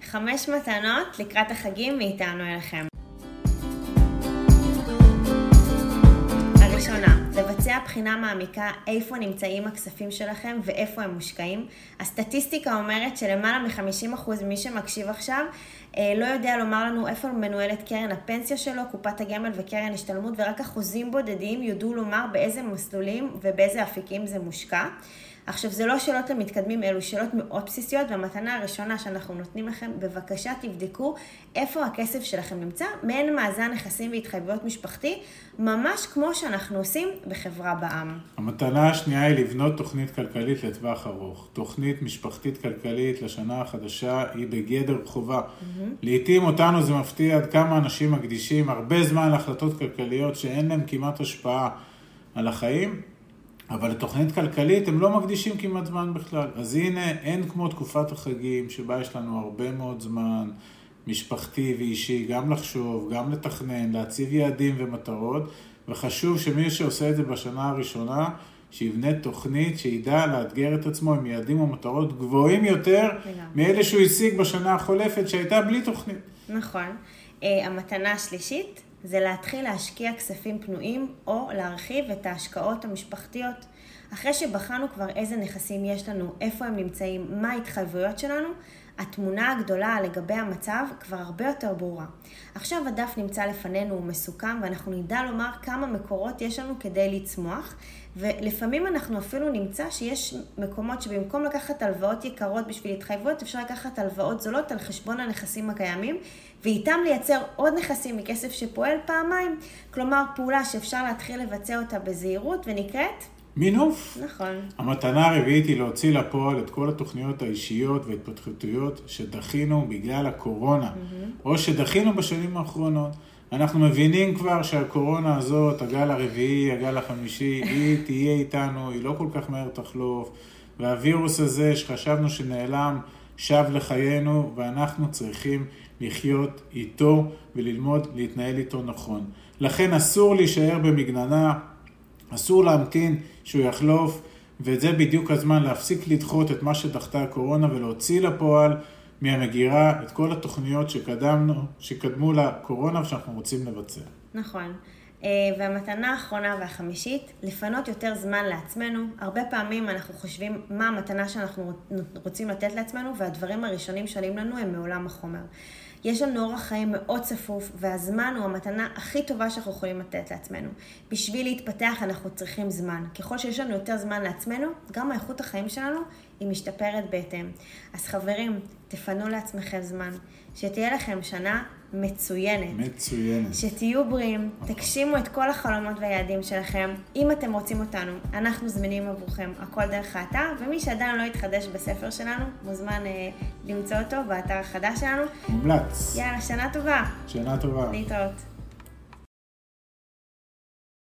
5 מתנות לקראת החגים מאיתנו אליכם. הראשונה, לבצע בחינה מעמיקה איפה נמצאים הכספים שלכם ואיפה הם מושקעים. הסטטיסטיקה אומרת שלמעלה מ-50% ממי שמקשיב עכשיו לא יודע לומר לנו איפה מנוהלת קרן הפנסיה שלו, קופת הגמל וקרן השתלמות, ורק אחוזים בודדים יודעו לומר באיזה מסלולים ובאיזה אפיקים זה מושקע. עכשיו, זה לא שאלות למתקדמים, אלו שאלות מאוד בסיסיות, והמתנה הראשונה שאנחנו נותנים לכם, בבקשה תבדקו איפה הכסף שלכם נמצא, מעין מאזן נכסים והתחייבויות משפחתי, ממש כמו שאנחנו עושים בחברה בע"מ. המתנה השנייה היא לבנות תוכנית כלכלית לטווח ארוך. תוכנית משפחתית כלכלית לשנה החדשה היא בגדר חובה. לעתים אותנו זה מפתיע עד כמה אנשים מקדישים הרבה זמן להחלטות כלכליות שאין להם כמעט השפעה על החיים, אבל לתוכנית כלכלית הם לא מקדישים כמעט זמן בכלל. אז הנה, אין כמו תקופת החגים שבה יש לנו הרבה מאוד זמן משפחתי ואישי, גם לחשוב, גם לתכנן, להציב יעדים ומטרות, וחשוב שמי שעושה את זה בשנה הראשונה, שיבנה תוכנית שידע לאתגר את עצמו עם יעדים ומטרות גבוהים יותר מאלה שהוא השיג בשנה החולפת שהייתה בלי תוכנית. נכון. המתנה השלישית זה להתחיל להשקיע כספים פנויים או להרחיב את ההשקעות המשפחתיות. אחרי שבחנו כבר איזה נכסים יש לנו, איפה הם נמצאים, מה ההתחייבויות שלנו, התמונה הגדולה לגבי המצב כבר הרבה יותר ברורה. עכשיו הדף נמצא לפנינו, הוא מסוכם, ואנחנו נדע לומר כמה מקורות יש לנו כדי לצמוח, ולפעמים אנחנו אפילו נמצא שיש מקומות שבמקום לקחת הלוואות יקרות בשביל התחייבויות, אפשר לקחת הלוואות זולות על חשבון הנכסים הקיימים, ואיתם לייצר עוד נכסים מכסף שפועל פעמיים, כלומר פעולה שאפשר להתחיל לבצע אותה בזהירות ונקראת מינוף. נכון. המתנה הרביעית היא להוציא לפועל את כל התוכניות האישיות וההתפתחותיות שדחינו בגלל הקורונה, או שדחינו בשנים האחרונות. אנחנו מבינים כבר שהקורונה הזאת, הגל הרביעי, הגל החמישי, היא תהיה איתנו, היא לא כל כך מהר תחלוף, והווירוס הזה שחשבנו שנעלם שב לחיינו, ואנחנו צריכים לחיות איתו וללמוד להתנהל איתו נכון. לכן אסור להישאר במגננה, אסור להמתין שהוא יחלוף, וזה בדיוק הזמן להפסיק לדחות את מה שדחתה הקורונה ולהוציא לפועל מהמגירה את כל התוכניות שקדמו לקורונה ושאנחנו רוצים לבצע. נכון. והמתנה האחרונה והחמישית, לפנות יותר זמן לעצמנו. הרבה פעמים אנחנו חושבים מה המתנה שאנחנו רוצים לתת לעצמנו, והדברים הראשונים שעולים לנו הם מעולם החומר. יש לנו אורח חיים מאוד צפוף, והזמן הוא המתנה הכי טובה שאנחנו יכולים לתת לעצמנו. בשביל להתפתח אנחנו צריכים זמן. ככל שיש לנו יותר זמן לעצמנו, גם האיכות החיים שלנו היא משתפרת בהתאם. אז חברים, תפנו לעצמכם זמן. שתהיה לכם שנה מצוינת. מצוינת. שתהיו בריאים, תגשימו את כל החלומות והיעדים שלכם. אם אתם רוצים אותנו, אנחנו זמינים עבורכם, הכל דרך האתר, ומי שעדיין לא יתחדש בספר שלנו, מוזמן למצוא אותו באתר החדש שלנו. מומלץ. יאללה, שנה טובה. שנה טובה. להתראות.